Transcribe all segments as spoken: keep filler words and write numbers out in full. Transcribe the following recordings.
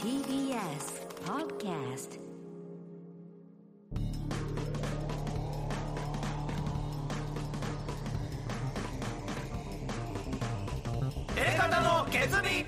ティービーエス Podcast。 A型の決意。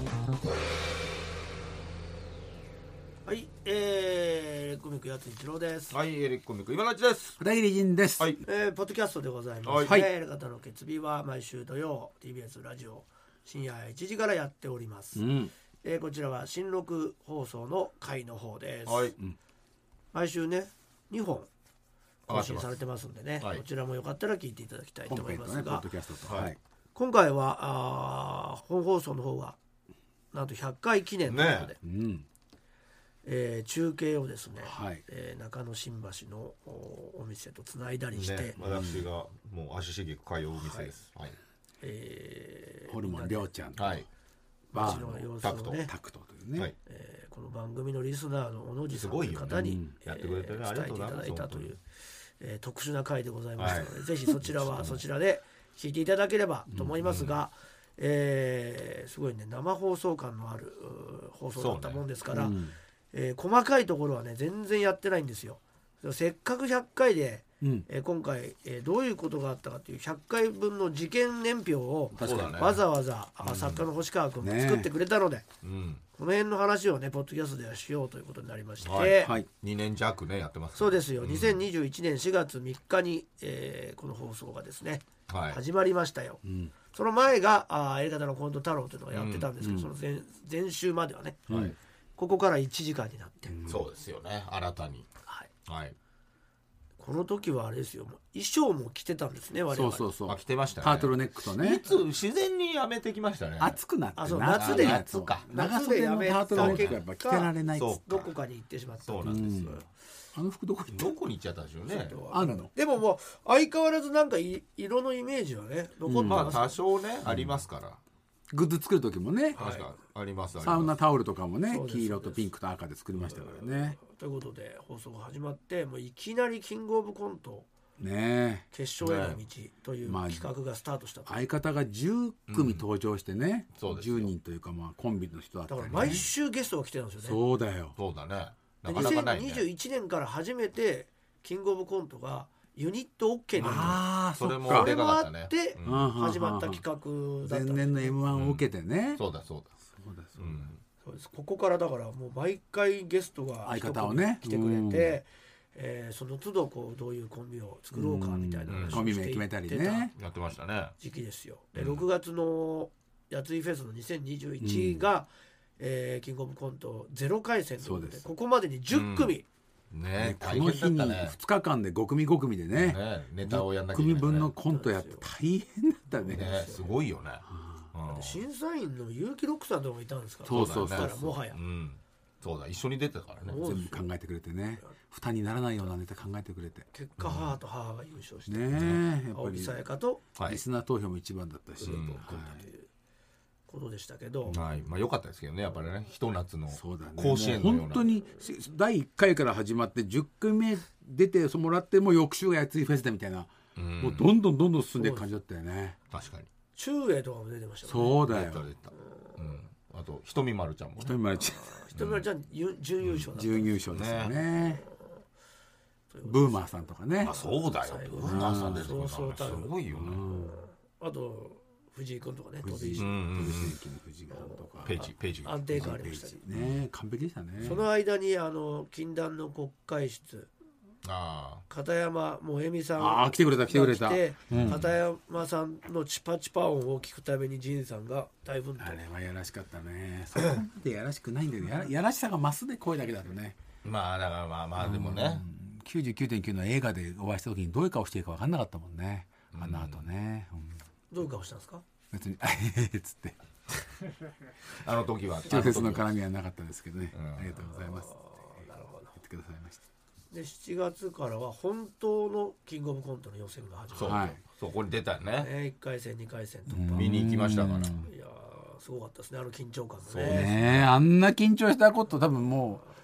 はい、えー、レッコミックやつ一郎です。 はい、エレコミック今立ちです。 片桐仁です。 はい、 えー、ポッドキャストでございます。 はい、 ね、エレガタの決意は毎週土曜 ティービーエス ラジオ深夜いちじからやっております。うん、えー、こちらは新録放送の回の方です。はい、うん、毎週ねにほん更新されてますんでね、はい、こちらもよかったら聞いていただきたいと思いますが、ね、はい、今回はあ本放送の方がなんとひゃっかい記念ということで、ね、うんえー、中継をですね、はいえー、中野新橋の お, お店とつないだりして、ね、 私がもう足しげく通うお店です、はいはいえー、ホルモンりょうちゃんと、 はい、 街の様子をねタクトというね、はいえー、この番組のリスナーの小野寺さんという方に、ねうんえー、伝えていただいたという、えー、特殊な回でございましたので、はい、ぜひそちらはそちらで聞いていただければと思いますが、うんうんえー、すごいね生放送感のある放送だったもんですから、えー、細かいところはね全然やってないんですよ。せっかくひゃっかいで、うんえー、今回、えー、どういうことがあったかというひゃっかいぶんの事件年表をわざわざ、ね、作家の星川君が作ってくれたので、ねうん、この辺の話をねポッドキャストではしようということになりまして、はいはい、にねん弱ねやってます、ね、 そうですよ、うん、にせんにじゅういちねんしがつみっかに、えー、この放送がですね、はい、始まりましたよ、うん、その前があやり方のコント太郎というのがやってたんですけど、うん、その 前, 前週まではね、はいここからいちじかんになって、 うん、そうですよね新たに、はいはい、 この時はあれですよ衣装も着てたんですね我々。 そうそうそう、 あ着てましたねタートルネックとね。 いつ自然にやめてきましたね。 暑くなってあそう夏で夏か長袖のタートルネックやっぱ着てられないっつってどこかに行ってしまった。 そうなんですよ、 うん、あの服どこ行ったどこに行っちゃったんでしょうね。 あるのでももう相変わらずなんか色のイメージはね残ってます、 うん、まあ多少ね、うん、ありますからグッズ作る時もね、 確かあります、 サウナタオルとかもね黄色とピンクと赤で作りましたからね。 ということで放送が始まってもういきなりキングオブコントね決勝への道という企画がスタートした、ねまあ、相方がじゅっくみ登場してね、うん、じゅうにんというかまあコンビの人だったり、ね、 だから毎週ゲストが来てるんですよね。 そうだよそうだねなかなかないね。 にせんにじゅういちねんから初めてキングオブコントがユニット OK になった。 あそれもそれもあって始まった企画だった。 前年の エムワン を受けてね、 うん、そうだそうだそうだそうだ、うん、 そうです。ここからだからもう毎回ゲストが相方をね来てくれて、えー、その都度こうどういうコンビを作ろうかみたいな話をしていってた時期ですよ。でろくがつのやついフェスのにせんにじゅういちが、うんえー、キングオブコントゼロかい戦ということでここまでにじゅっくみ、 うんね、 この日にふつかかんでごくみごくみでね、 ねネタをやんなきゃいけない、ね、じゅっくみぶんのコントやって大変だったね。 ねすごいよね、 うん、審査員の結城ロックさんとかもいたんですから。 そうそうそうだからもはや、うん、 そうだ一緒に出てたからね全部考えてくれてね負担にならないようなネタ考えてくれて結果母と母が優勝して、 うん、ねやっぱり青木さやかとリスナー投票も一番だったし、うん、 ということでしたけど、 はいまあ、良かったですけどねやっぱりねひと夏の甲子園のような、 本当にだいいっかいから始まってじゅっかいめ出てもらっても翌週がやついフェスでみたいな、うん、もうどんどんどんどん進んでいく感じだったよね。 確かに中英とかも出てましたもんね。そうだよ、 うん、あとひとみまるちゃんもねひとみまるちゃんひとみまるちゃん準優勝だった、 準優勝ですよね、ブーマーさんとかね。 あそうだよブーマーさんですよ、 そうそうすごいよね、 うん、あと藤井君とかね、 藤井君の藤井君とかページページ安定感ありましたしね、完璧でしたね。 その間にあの禁断の国会室、あ片山萌美さんあ来てくれた来てくれた、 うん、片山さんのチパチパ音を聞くために仁さんが大奮闘。 あれはやらしかったね。そこまでやらしくないんだけど や, やらしさが増すで声だけだとね。 まあだからまあまあでもね、 うん、きゅうじゅうきゅうてんきゅう の映画でお会いした時にどういう顔していいか分かんなかったもんね、あの後ね、うん、 どういう顔したんですか。 別にあへへっつってあの時は直接の絡みはなかったですけどね、うん、ありがとうございますってなるほど言ってくださいました。 でしちがつからは本当のキングオブコントの予選が始まる。 はい、そこに出たね、 ねいっかい戦にかい戦突破見に行きましたから。いやすごかったですねあの緊張感もね。 そうねあんな緊張したこと多分もう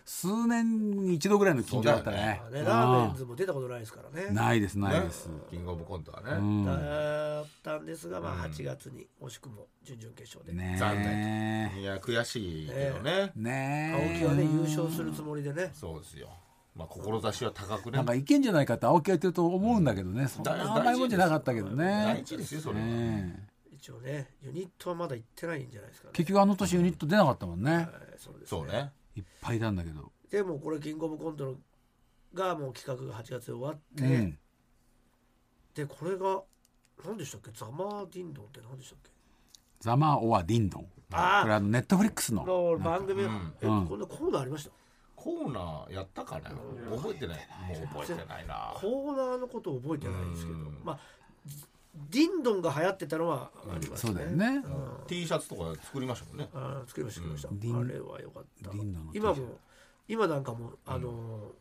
数年に一度ぐらいの緊張だったね。 ねラーメンズも出たことないですからね。 ないですないです、 ね、キングオブコントはね、 うん、 だったんですが、まあ、はちがつに惜しくも準々決勝で、 ね、 残念。いや悔しいけどね。 ね青木はね優勝するつもりでね。 そうですよ。まあ志は高くね。 なんかいけんじゃないかって青木は言ってると思うんだけどね、うん、そんな甘いもんじゃなかったけどね。 大事ですよそれは。 ね一応ねユニットはまだ行ってないんじゃないですかね。 結局あの年ユニット出なかったもんね、はい、 そうですね。 そうねいっぱいいたんだけど。 でもこれキングオブコントがもう企画がはちがつで終わって、うん、でこれが何でしたっけ、ザマーディンドンって何でしたっけ。 ザマーオアディンドン、あこれあのネットフリックスの番組、うん、え、うん、こんなコーナーありました。 コーナーやったかな、覚えてない。もう覚えてないな。 コーナーのことを覚えてないんですけど、まあディンドンが流行ってたのはありますね。そうだよね、うん、 T シャツとか作りましたもんね。 あ作りました作りました、うん、あれは良かった。今も今なんかもあのー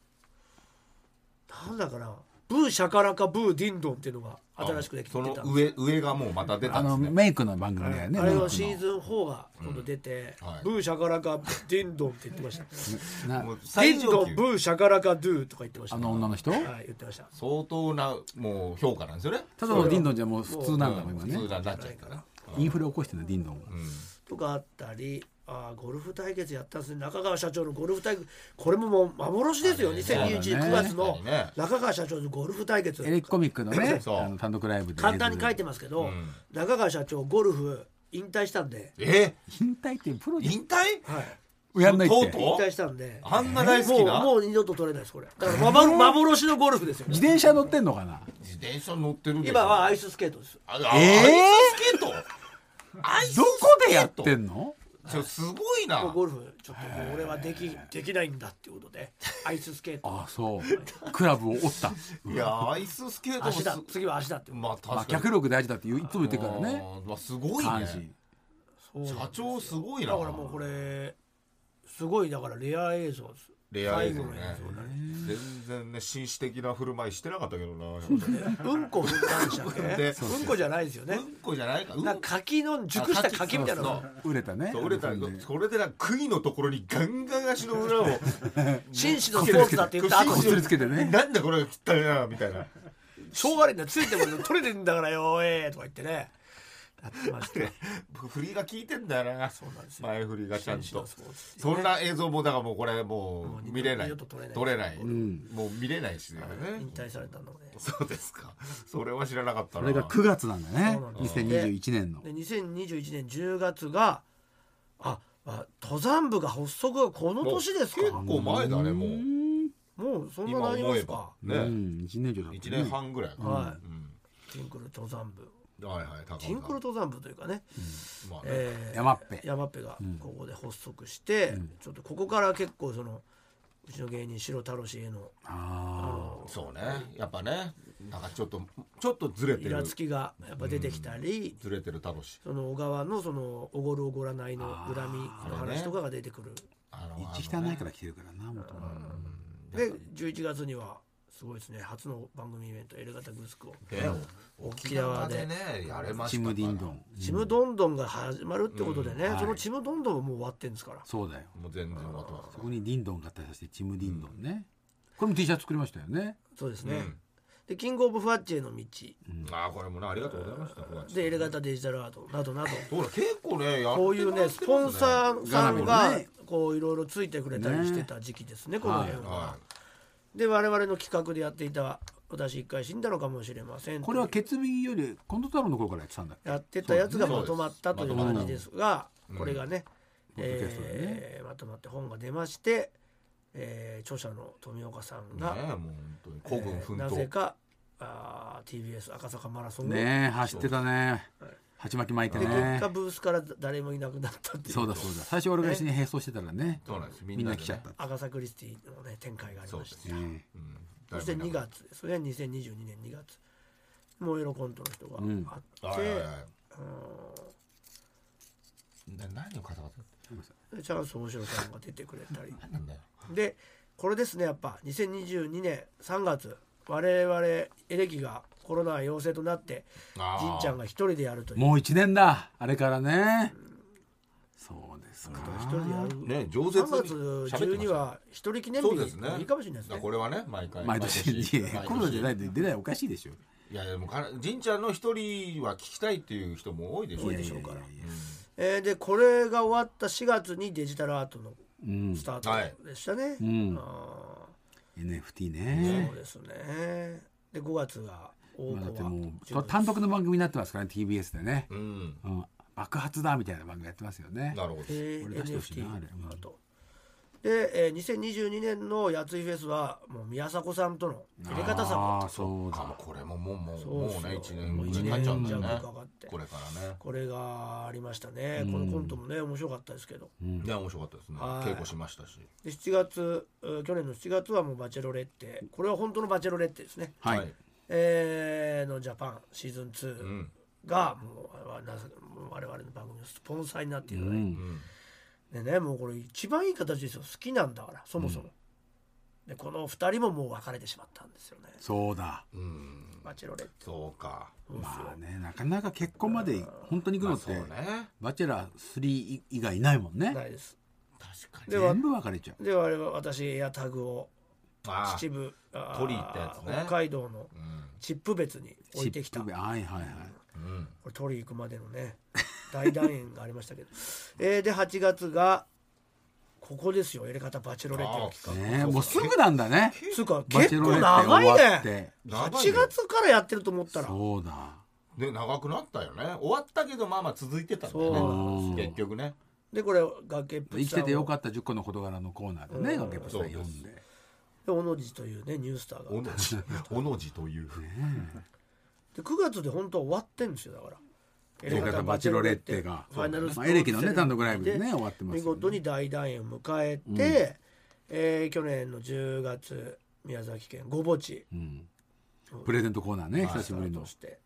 うん、なんだかな、ブーシャカラカブーディンドンっていうのが新しくできてたんです。 その上上がもうまた出たんですね。 あのメイクの番組だよね。 あれはシーズンフォーが今度出て、うんはい、ブーシャカラカディンドンって言ってました。ディンドンブーシャカラカドゥとか言ってました。 あの女の人？ はい、言ってました。 相当なもう評価なんですよね。 ただのディンドンじゃもう普通なんだもん今ね。 普通になっちゃうから。 インフレ起こしてるのディンドンが、 うん、とかあったり、あゴルフ対決やったんですね。中川社長のゴルフ対決、これももう幻ですよ。にせんにじゅういちねんくがつの中川社長のゴルフ対決、 エレキコミックのねあの単独ライブで簡単に書いてますけど、うん、中川社長ゴルフ引退したんで。 え引退ってプロ引退、 はい、 やんないってとうとう引退したんで、 あんな大好きな、 もう、もう二度と取れないですこれ。だから幻のゴルフですよ。 自転車乗ってんのかな。 自転車乗ってるんです。 今はアイススケートです。 ああえー、アイススケートどこでやってんの。 ちょすごいな。 ゴルフちょっともう俺はできできないんだっていうことでアイススケート。 ああそうクラブを折った。 いやアイススケートも足だ、次は足だって。 まあ確かに、 まあ、脚力大事だっていつも言ってるからね。 あ、まあ、すごいね。社長すごいな。 だからもうこれすごいだからレア映像です。 レア映像ね。全然ね紳士的な振る舞いしてなかったけどな。 うんこ振ったんでしたっけ。うんこじゃないですよね。 うんこじゃないか。 なんか柿の熟した柿みたいなの売れたね。 売れた。それでなんか杭のところにガンガン足の裏を紳士のスポーツだって言った後につけてね。 なんだこれが汚いなみたいな。 しょうがないんだついても取れてんだからよえーとか言ってね。やってました振りが効いてんだよな。 そうなんですよ。 前振りがちゃんと。そんな映像もだからもうこれもう見れない。取れない。もう見れないしね。 引退されたのね。 そうですか。それは知らなかったな。 それがくがつなんだね。にせんにじゅういちねんの。 でにせんにじゅういちねんじゅうがつがああ登山部が発足がこの年ですか。 結構前だねもう。 もうそんななりますか。 ね。 一年以上だ。 一年半ぐらい。 はい。ティンクル登山部。 はいはい、 ティンクル登山部というかね、 うんまあねえー、山っぺ山っぺがここで発足して、うん、ちょっとここから結構そのうちの芸人白太郎氏へのああそうねやっぱねなんかちょっとちょっとずれてるイラつきがやっぱ出てきたり、 うん、ずれてる太郎氏その小川のそのおごるおごらないの恨みの話とかが出てくる。 あの一汚いから来てるからなもともと。でじゅういちがつにはすごいですね初の番組イベントエレガタグスクを沖縄でねやれましたチムディンドンチムドンドンが始まるってことでね、うんはい、そのチムドンドンはもう終わってるんですから。 そうだよもう全然終わってます。 そこにディンドンが対してチムディンドンね、うん、これも T シャツ作りましたよね。 そうですね、うん、でキングオブフワッチへの道、 うん、ああこれもねありがとうございました。 でエレガタデジタルアートなどなどそうだ結構ねやってこういうねスポンサーさんがこういろいろついてくれたりしてた時期ですね、ねこの辺は、はいはい、で我々の企画でやっていた私一回死んだのかもしれません。 これは決意よりコント太郎の頃からやってたんだっけ。 やってたやつがまとまったという感じですが、これがね、うんえー、まとまって本が出まして、えー、著者の富岡さんが、 ね、もう本当に孤軍奮闘、 えー、なぜかあ ティービーエス 赤坂マラソンね走ってたね、はい、鉢巻き巻いてね。 で結果ブースから誰もいなくなったっていう。 そうだそうだ最初俺が一緒に並走してたらねそうなんですみんな来ちゃった。 赤坂クリスティのね展開がありました。 そうですね、 うんそしてにがつですねにせんにじゅうにねんにがつ燃えろコントの人があって、うん、 何を語ってチャンス大城さんが出てくれたりでこれですねやっぱにせんにじゅうにねんさんがつ我々エレキがコロナ陽性となってじんちゃんが一人でやるという。 もういちねんだあれからね、うん、そうですすか一人でやるね、饒舌にさんがつじゅうには一人記念日そうですねいいかもしれないですね。 これはね毎回毎年コロナじゃないと出ないおかしいでしょ。 いやいやもう神ちゃんの一人は聞きたいっていう人も多いでしょう多いでしょうから。 うんえー、でこれが終わったしがつにデジタルアートのうんスタートでしたね。 うんあエヌエフティーーねそうですね。でごがつが大まあだって川もう単独の番組になってますからね ティービーエス でね、 うんうん、爆発だみたいな番組やってますよね。 なるほどえーこれ出してほしいエヌエフティーなあれうんあとで、えー、にせんにじゅうにねんのやついフェスはもう宮迫さんとの入れ方あさあそうだかもこれももうもうそうそうもうね一年もう一経っちゃうんだよね年弱かかってこれからねこれがありましたね。このコントもね面白かったですけど、 ね面白かったですねはい稽古しましたしでしちがつう去年のしちがつはもうバチェロレッテ、これは本当のバチェロレッテですね、 はい、 えーのジャパンシーズンツーうんがもう我々我々の番組のスポンサーになっていただいて、 うんでねもうこれ一番いい形ですよ。好きなんだからそもそも、でこのふたりももう別れてしまったんですよね。 そうだ。 うんバチェロレッテそうかまあねなかなか結婚まで本当に行くのって、 まあそうねバチェラースリー以外いないもんね。 ないです。 確かにでは全部別れちゃう。 で我々私エアタグをああ秩父あー取り行ったやつね北海道のうんチップ別に置いてきたチップはいはいはい。 うんこれ取り行くまでのね大団円がありましたけどえーではちがつがここですよ。やり方バチェロレッテの企画、 ねえもうすぐなんだね。 つうかバチ結構ェロレッテ長い終わっね。 て。 はちがつからやってると思ったらそうだ。 で長くなったよね終わったけどまあまあ続いてたんだそうよね結局ねでこれ崖っぷちさんを生きててよかったじゅっこの事柄のコーナーでね、 うん崖っぷちさん読んで。 で小野寺というねニュースターがおのじおのじというでくがつで本当は終わってんですよ。だからやり方バチェロレッテがファイナルスポまあーツエレキのね単独ライブでね終わってます見よね。 事に大団円を迎えて、えー去年のじゅうがつ宮崎県ごぼちうんプレゼントコーナーね久しぶりのと。して、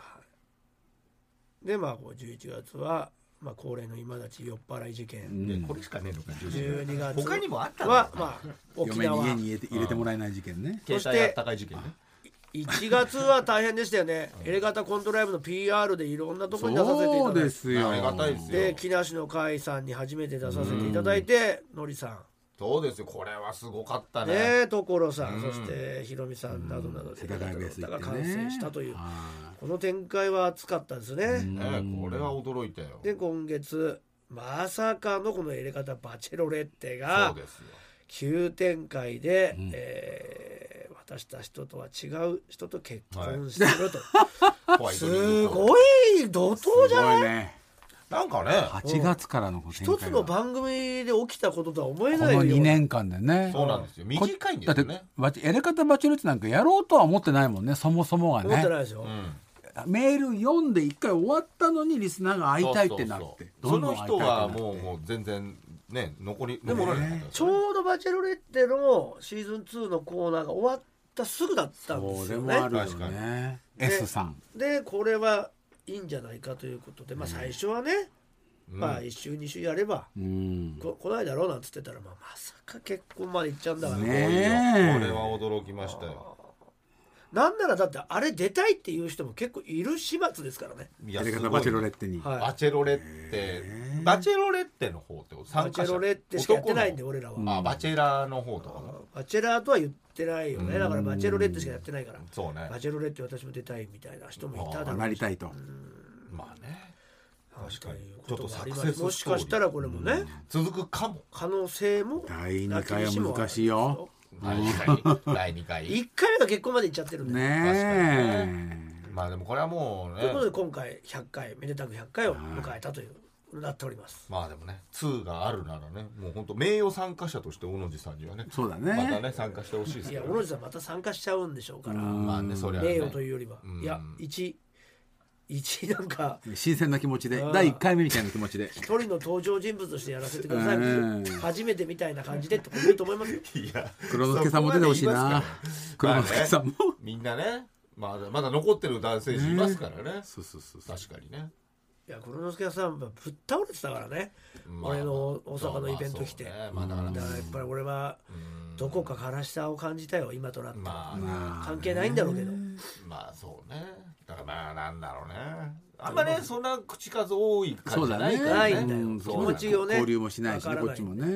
はい、でまあこうじゅういちがつは、まあ、恒例の今立ち酔っ払い事件、 うんでこれしかねえのかじゅうにがつ他にもあったのは、まあ、沖嫁に縄家に入れて入れてもらえない事件ね。 携帯あったかい事件ねいちがつは大変でしたよね。エレガタコントライブの ピーアール でいろんなところに出させていたそうだいてですよ。 ありがたいですよで木梨の会さんに初めて出させていただいてのりさんそうですよこれはすごかったねね所さん、 うんそしてひろみさんなどなどで世田谷ベース行ってね。 が完成したというはこの展開は熱かったですね。 ねこれは驚いたよで今月まさかのこの入れ方バチェロレッテそがうですよ急展開で、 んえー渡した人とは違う人と結婚してると、 ホワイトニンすグとごい怒涛じゃないすごいね。 なんかねはちがつからの展開が一つの番組で起きたこととは思えこのないようなにねんかんでね。 そうなんですよ短いんですだってよねバチエレカタバチェロレッテなんかやろうとは思ってないもんねそもそもが思ってないね。 ですよ、 うんメール読んで一回終わったのにリスナーが会いたいってなってそうそうどんどんそうその人会いたいってなってはもうもう全然ね残りでも残られなかったですちょうどバチェロレッテのシーズンツーのコーナーが終わったすぐだったんでそれすよね。 もあるよ確かね。 で S さん。 でこれはいいんじゃないかということで、まあ、最初はね、 うんまあいっ週に週やればうん。 こ来ないだろうなんつってたら、まあ、まさか結婚まで行っちゃうんだから、 ねすごいよえこれは驚きましたよなんならだってあれ出たいっていう人も結構いる始末ですからね。 いやエレカすごいタバチェロレッテに。 はいバチェロレッテバチェロレッテの方ってことバチェロレッテしかやってないんで男俺らは、 のあバチェラーの方とかもバチェラーとは言ってないよね。だからバチェロレッテしかやってないから、 そうねバチェロレッテ私も出たいみたいな人もいただろうしなりたいと。 まあね確かにということがありますちょっとサクセスストーリーもしかしたらこれもね、 続くかも可能性もだいにかいは難しいよ。 だいにかいだいにかいいっかいめが結婚まで行っちゃってるんで、 ねまあでもこれはもうということでね今回ひゃっかいめでたくひゃっかいを迎えたというなっております。 まあでもねツーがあるならねもう本当名誉参加者として小野寺さんにはねえ。そうだまたね。 ね参加してほしいですいやけど小野寺さんまた参加しちゃうんでしょうから、 うんまあねそりゃね名誉というよりは、 うんいや一一なんか新鮮な気持ちでうんだいいっかいめみたいな気持ちで。 一人の登場人物としてやらせてください、 うん初めてみたいな感じでってこと言うと思いますよ。 いや黒之助さんも出てほしいな。黒之助さんも。 まあねみんなねまだまだ残ってる男性陣いますからねそうそうそうそう。 確かにねいや黒之助さんはぶっ倒れてたからね、 まあ俺の大阪のイベント来て、 そうまあそうねまあだからだからやっぱり俺はうんどこか悲しさを感じたよ今となっては、 まあねまあ関係ないんだろうけど、 まあそうねだからまあなんだろうね、あんまねそんな口数多い感じじゃないからね、 ね、うん、気持ちをね交流もしないしねこっちもね、うん、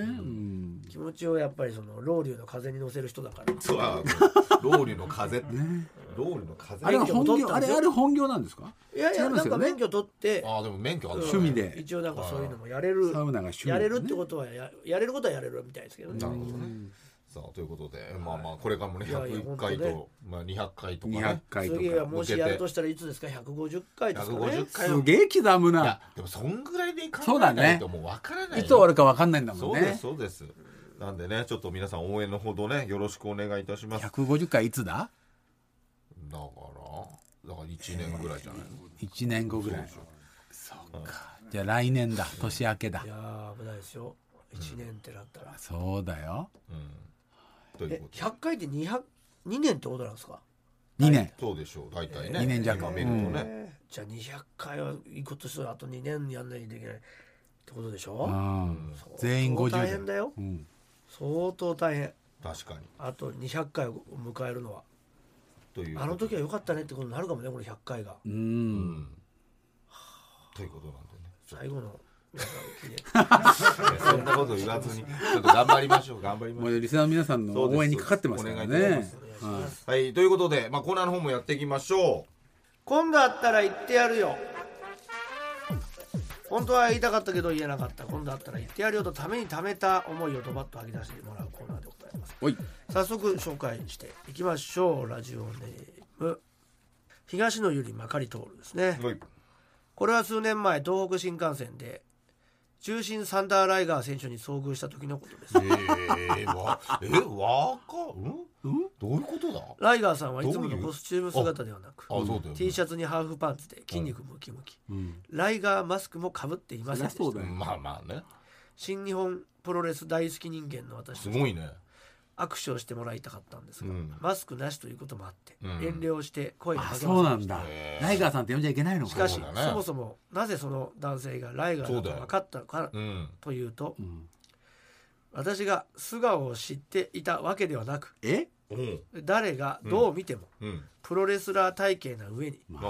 気持ちをやっぱりそのロウリュの風に乗せる人だからそうロウリュの風ってねロウリュの風あれは本業あれあれ本業なんですか？ いやいや、ね、なんか免許取ってあでも免許ある、 趣味で一応なんかそういうのもやれるサウナが趣味、 ね、やれるってことは や, やれることはやれるみたいですけどね。 なるほどね。さあということで、まあまあこれからもねひゃくいっかいと、ね、まあにひゃっかいとかね、 にひゃっかいとか次はもしやるとしたらいつですか？ひゃくごじゅっかいですかね。ひゃくごじゅっかいすげえ刻むな。 いやでもそんぐらいでいかないともうわからない、 ね、いつ終わるかわかんないんだもんね。 そうですそうです。なんでねちょっと皆さん応援のほどねよろしくお願いいたします。 ひゃくごじゅっかいいつだ？ だからだからいちねんぐらいじゃないの？ いちねんごぐらい。そうか、うん、じゃあ来年だ、年明けだ。 いや危ないですよいちねんってなったら、うん、 そうだよ、 うん、えひゃっかいってにひゃくにねんってことなんですか？ にねん、 そうでしょう大体ね、 にねん弱見るとね、 えー、じゃあにひゃっかいは行くことしたらあとにねんやんないといけないってことでしょ、 うん、全員ごじゅう大変だよ、うん、相当大変。 確かにあとにひゃっかいを迎えるのはというあの時は良かったねってことになるかもねこれひゃっかいがうん、うん、 ということなんでね最後のそんなこと言わずにちょっと頑張りましょう頑張りましょう。 リスナーの皆さんの応援にかかってますからね。 はい、はい、ということで、まあ、コーナーの方もやっていきましょう。 今度あったら言ってやるよ。本当は言いたかったけど言えなかった今度あったら言ってやるよとためにためた思いをドバッと吐き出してもらうコーナーでございます。 おい早速紹介していきましょう。ラジオネーム東野ゆりまかり通るですね。これは数年前東北新幹線で中心サンダーライガー選手に遭遇した時のことです。 えー、わえわかん、うん、どういうことだ。 ライガーさんはいつものコスチューム姿ではなくああそうだよ、ね、 T シャツにハーフパンツで筋肉ムキムキ、うん、ライガーマスクもかぶっていませんでした。 そうだよ、 まあまあね。 新日本プロレス大好き人間の私すごいね握手をしてもらいたかったんですが、うん、マスクなしということもあって、うん、遠慮して声がかけませんでした。 そうなんだ。ライガーさんって呼んじゃいけないのか。 しかし そ,、 ね、 そもそもなぜその男性がライガーだと分かったのかというと、うん、私が素顔を知っていたわけではなく、 え誰がどう見ても、うん、プロレスラー体型な上に、うん、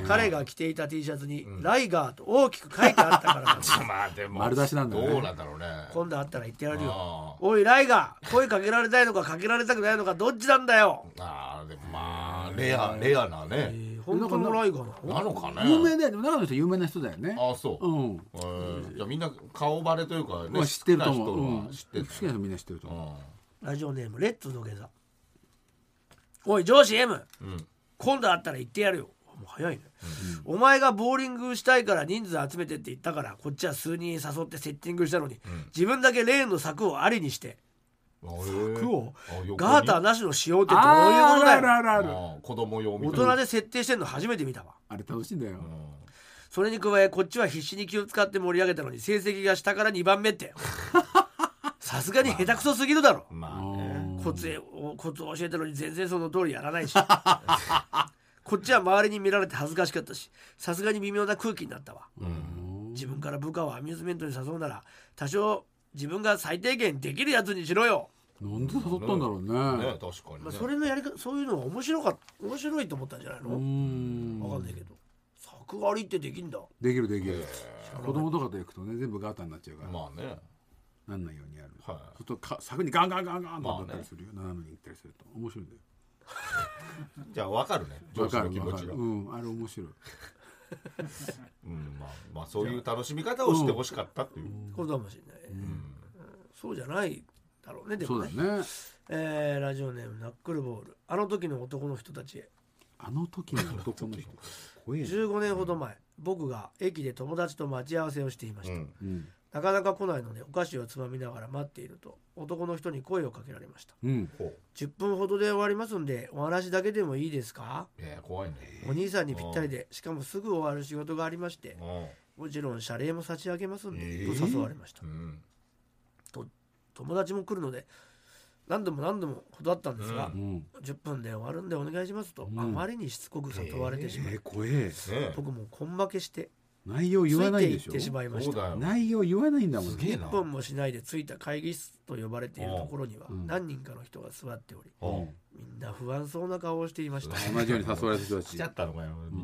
彼が着ていた T シャツに、うん、ライガーと大きく書いてあったからなんです。 まあでも丸出しなんだね。 どうなんだろうね。 今度会ったら言ってやるよ。おいライガー、声かけられたいのかかけられたくないのかどっちなんだよ。 あでもまあレアレアなね、えー、本当のライガーなのかね。 有名だよね。長野の人有名な人だよね。 あそう、うんえー、じゃあみんな顔バレというかね、まあ、 知ってると思う、うん、 知ってる、 好きな人みんな知ってると思う。ラジオネームレッツ土下座。おい上司 M、うん、今度会ったら言ってやるよ。もう早いね、うん、お前がボーリングしたいから人数集めてって言ったからこっちは数人誘ってセッティングしたのに、うん、自分だけレーンの柵をありにして柵をガーターなしの使用ってどういうことだよ。 あるあるある子供用みたいな。大人で設定してんの初めて見たわ。 あれ楽しいんだよ、うん、 それに加えこっちは必死に気を使って盛り上げたのに成績が下からにばんめってさすがに下手くそすぎるだろ。 まあね、 コツをコツを教えたのに全然その通りやらないしこっちは周りに見られて恥ずかしかったしさすがに微妙な空気になったわ。うん自分から部下をアミューズメントに誘うなら多少自分が最低限できるやつにしろよ。 なんで誘ったんだろうね。 ね確かにね、 まあ、それのやり方そういうのが面白か面白いと思ったんじゃないの。うん分かんないけど柵割りってできんだ。 できるできる。子供とかと行くとね全部ガーターになっちゃうから。 まあねなんないようにやる、はい、そうするとか柵にガンガンガンガンと当たったりするよ、まあね、斜めに行ったりすると面白いんだよじゃあ分かるね上司の気持ちが。 うんあれ面白いうんまあまあそういう楽しみ方をしてほしかったっていうことかもしれない、うんうん、そうじゃないだろうね。でもねそうだね、 えー、ラジオネームナックルボール。あの時の男の人たちへ。 あの時の男の人怖いね。 じゅうごねんほど前僕が駅で友達と待ち合わせをしていました、うんうんなかなか来ないのでお菓子をつまみながら待っていると男の人に声をかけられました、 うん、 じゅっぷんほどで終わりますんでお話だけでもいいですか。 えー、怖いね。 お兄さんにぴったりでしかもすぐ終わる仕事がありましてもちろん謝礼も差し上げますんで、えー、と誘われました、うん、と友達も来るので何度も何度も断ったんですが、うん、じゅっぷんで終わるんでお願いしますと、うん、あまりにしつこく誘われてしまい、 えー怖え僕も根負けして内容言わないでしょ。 ついていってしまいました。 内容言わないんだもん。 いっぷんもしないで着いた会議室と呼ばれているところには何人かの人が座っており、みんな不安そうな顔をしていました。 同じように誘われた人たちしちゃったのかよみんな。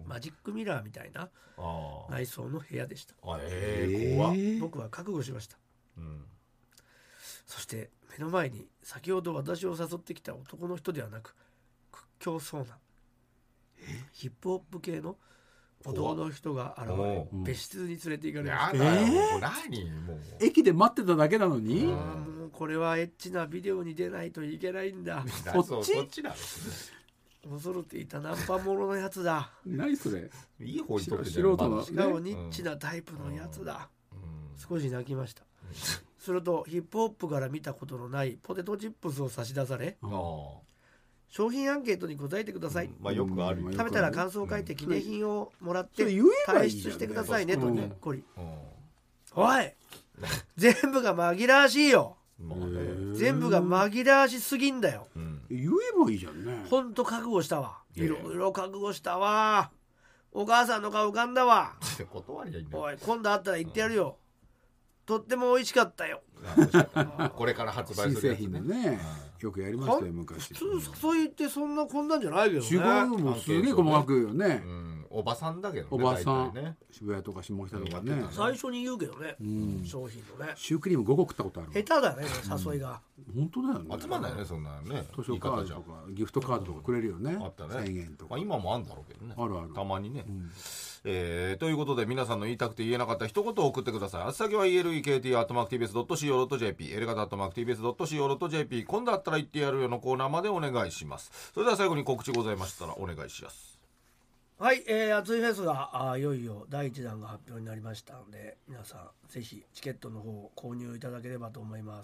マジックミラーみたいな内装の部屋でした。 あえー、怖っ。 僕は覚悟しました、 うん、 そして目の前に先ほど私を誘ってきた男の人ではなく屈強そうなヒップホップ系の男の人が現れ別室に連れて行かれました。 やだよ、えー、何もう駅で待ってただけなのに、 もうこれはエッチなビデオに出ないといけないんだ。 そっちそっちなの恐れていたナンパもののやつだ。 何それ、 いい方に撮って素人のしかもニッチなタイプのやつだ、うんうん、少し泣きました、うん、するとヒップホップから見たことのないポテトチップスを差し出され、うん、商品アンケートに答えてください、うん、 まあよくある、 食べたら感想を書いて記念品をもらって退出してくださいねとにっこり、うん、おい全部が紛らわしいよ、全部が紛らわしすぎんだよ、うん、 言えばいいじゃんね。 ほんと覚悟したわ、いろいろ覚悟したわ、お母さんの顔浮かんだわ断りゃいいんだ。 おい今度会ったら言ってやるよ、とっても美味しかったよこれから発売するやつ、ね、 新製品のね、よくやりましたよ昔。 普通そう言ってそんなこんなんじゃないけどね。 違う、もうすげえ細かくよね、 うん、おばさんだけどね、 おばさん、 ね、 渋谷とか下北とかね、 最初に言うけどね、うん、商品のねシュークリームごこ食ったことある。 下手だね誘いが、 うん、本当だよね。 集まんないねそんなね。 図書カードとかギフトカードとかくれるよね、 あったね、 せんえんとか、 まあ、今もあんだろうけどね、 あるある、 たまにね、うん、 えー、ということで皆さんの言いたくて言えなかった一言を送ってください。あつ先は イーエルイーケーティー アットマーク ティービーエス ドット シーオー ドット ジェーピー エレガタ アットマーク ティービーエス ドット シーオー ドット ジェーピー 今度あったら言ってやるよのコーナーまでお願いします。それでは最後に告知ございましたらお願いします。 はい、えー、熱いフェスがあいよいよだいいちだんが発表になりましたので、皆さんぜひチケットの方を購入いただければと思います。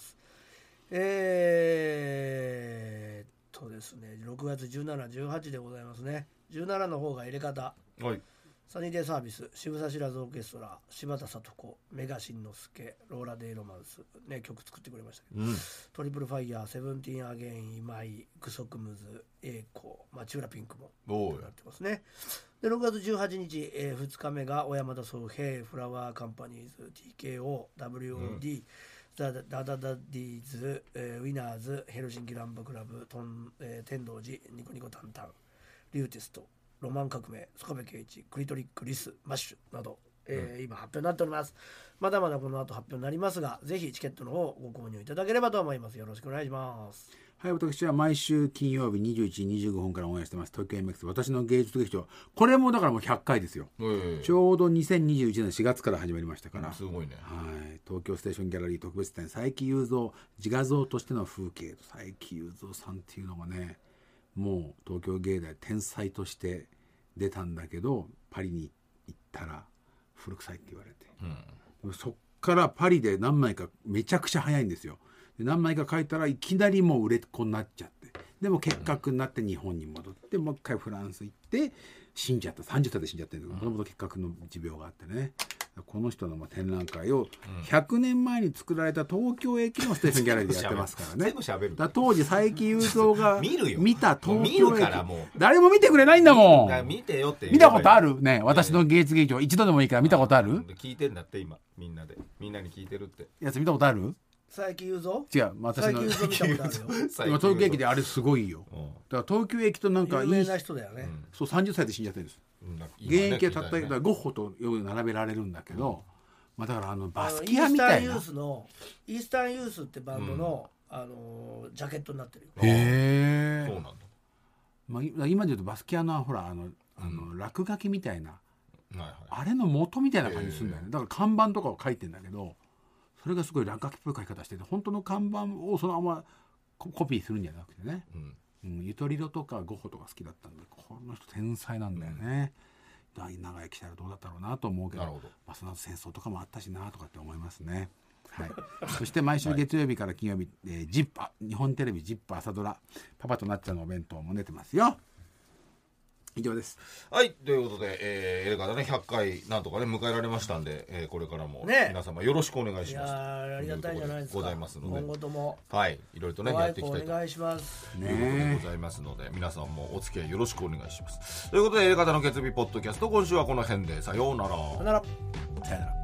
えーっとですねろくがつじゅうしち、じゅうはちでございますね。じゅうしちの方が入れ方、 はい、 サニーデイサービス、渋沢知らずオーケストラ、柴田聡子、メガシンのすけ、ローラデイロマンス、ね、曲作ってくれましたけど、うん、トリプルファイヤー、セブンティーンアゲイン、今井、グソクムズ、エイコ、町浦ピンクもなってますね。でろくがつじゅうはちにち、えー、ふつかめが小山田宗平、フラワーカンパニーズ、ティーケーオー、ダブリューオーディー、うん、ダダダダディーズ、えー、ウィナーズ、ヘルシンキランバクラブ、トン、えー、天童寺、ニコニコタンタン、リューテスト、ロマン革命、曽我部圭一、クリトリック、リス、マッシュなど、えーうん、今発表になっております。まだまだこの後発表になりますが、ぜひチケットの方をご購入いただければと思います。よろしくお願いします。 はい、私は毎週金曜日にじゅういちじにじゅうごふんからオンエアしてます東京 エムエックス 私の芸術劇場、これもだからもうひゃっかいですよ、えー、ちょうどにせんにじゅういちねんしがつから始まりましたから、うん、 すごいね、 はい、東京ステーションギャラリー特別展佐伯雄三自画像としての風景、佐伯雄三さんっていうのがね、もう東京芸大天才として出たんだけど、パリに行ったら古臭いって言われて、うん、そっからパリで何枚かめちゃくちゃ早いんですよ。で何枚か書いたらいきなりもう売れっ子になっちゃって、でも結核になって日本に戻って、もう一回フランス行って死んじゃった。さんじゅっさいで死んじゃってるんだけど、もともと結核の持病があってね、この人の展覧会をひゃくねんまえに作られた東京駅のステーションギャラリーでやってますからね。 全部喋る。 だ当時佐伯雄三が見た東京駅、 も誰も見てくれないんだもん。 見てよって見たことあるね、私の芸術劇場一度でもいいから見たことある？ 聞いてんだって今みんなでみんなに聞いてるってやつ見たことある？ 佐伯雄三？ 違う、私の佐伯雄三見たことあるよ。 今東京駅であれすごいよ。だから東京駅となんか有名な人だよね。 そうさんじゅっさいで死んじゃってるんです。現役はたった、ね、ゴッホとよく並べられるんだけど、まあ、だからあのバスキアみたいなイースタンユースのイースタンユースってバンドの、うん、あのジャケットになってるよ。 へえ。 そうなんだ。 まあ、今で言うとバスキアのほらあの、あの落書きみたいな、 はいはい、 あれの元みたいな感じするんだよね。だから看板とかを書いてんだけど、それがすごい落書きっぽい書き方してて、本当の看板をそのままコピーするんじゃなくてね、うんうん、ゆとりろとかゴッホとか好きだったんで、この人天才なんだよね、うん、長生きしたらどうだったろうなと思うけど、まあ、その後戦争とかもあったしなとかって思いますね。はい、そして毎週月曜日から金曜日、はいえー、ジップ日本テレビジップ朝ドラパパとなっちゃうのお弁当も出てますよ。以上です。 はい、ということで、えー、映画だねひゃっかいなんとかね迎えられましたんで、えー、これからも皆様よろしくお願いします。 ね、いやありがたいじゃないですか。 ございますので、 今後ともはいいろいろとねやっていきたいとお願いしますということでございますので、皆さんもお付き合いよろしくお願いします。ということで映画だの決日ポッドキャスト今週はこの辺でさようなら。 さようなら。さようなら。